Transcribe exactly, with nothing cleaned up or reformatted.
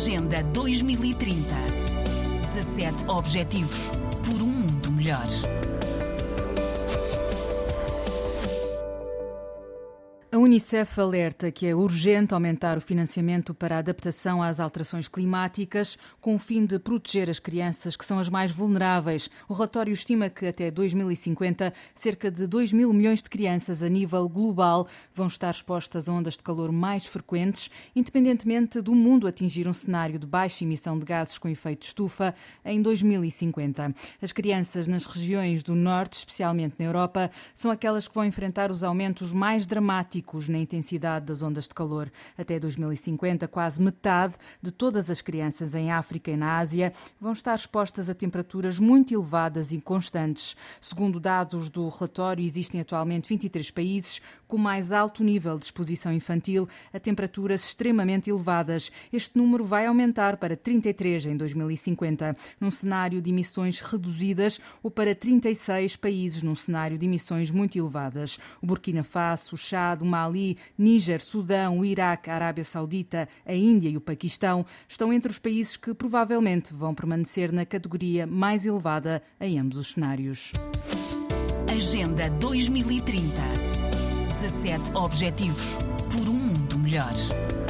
Agenda dois mil e trinta. dezassete Objetivos por um mundo melhor. A Unicef alerta que é urgente aumentar o financiamento para a adaptação às alterações climáticas, com o fim de proteger as crianças que são as mais vulneráveis. O relatório estima que até dois mil e cinquenta, cerca de dois mil milhões de crianças a nível global vão estar expostas a ondas de calor mais frequentes, independentemente do mundo atingir um cenário de baixa emissão de gases com efeito estufa em dois mil e cinquenta. As crianças nas regiões do norte, especialmente na Europa, são aquelas que vão enfrentar os aumentos mais dramáticos na intensidade das ondas de calor. Até dois mil e cinquenta, quase metade de todas as crianças em África e na Ásia vão estar expostas a temperaturas muito elevadas e constantes. Segundo dados do relatório, existem atualmente vinte e três países com mais alto nível de exposição infantil a temperaturas extremamente elevadas. Este número vai aumentar para trinta e três em dois mil e cinquenta, num cenário de emissões reduzidas, ou para trinta e seis países num cenário de emissões muito elevadas. O Burkina Faso, o Chad, o Mali, Níger, Sudão, o Iraque, a Arábia Saudita, a Índia e o Paquistão estão entre os países que provavelmente vão permanecer na categoria mais elevada em ambos os cenários. Agenda dois mil e trinta. dezassete Objetivos por um mundo melhor.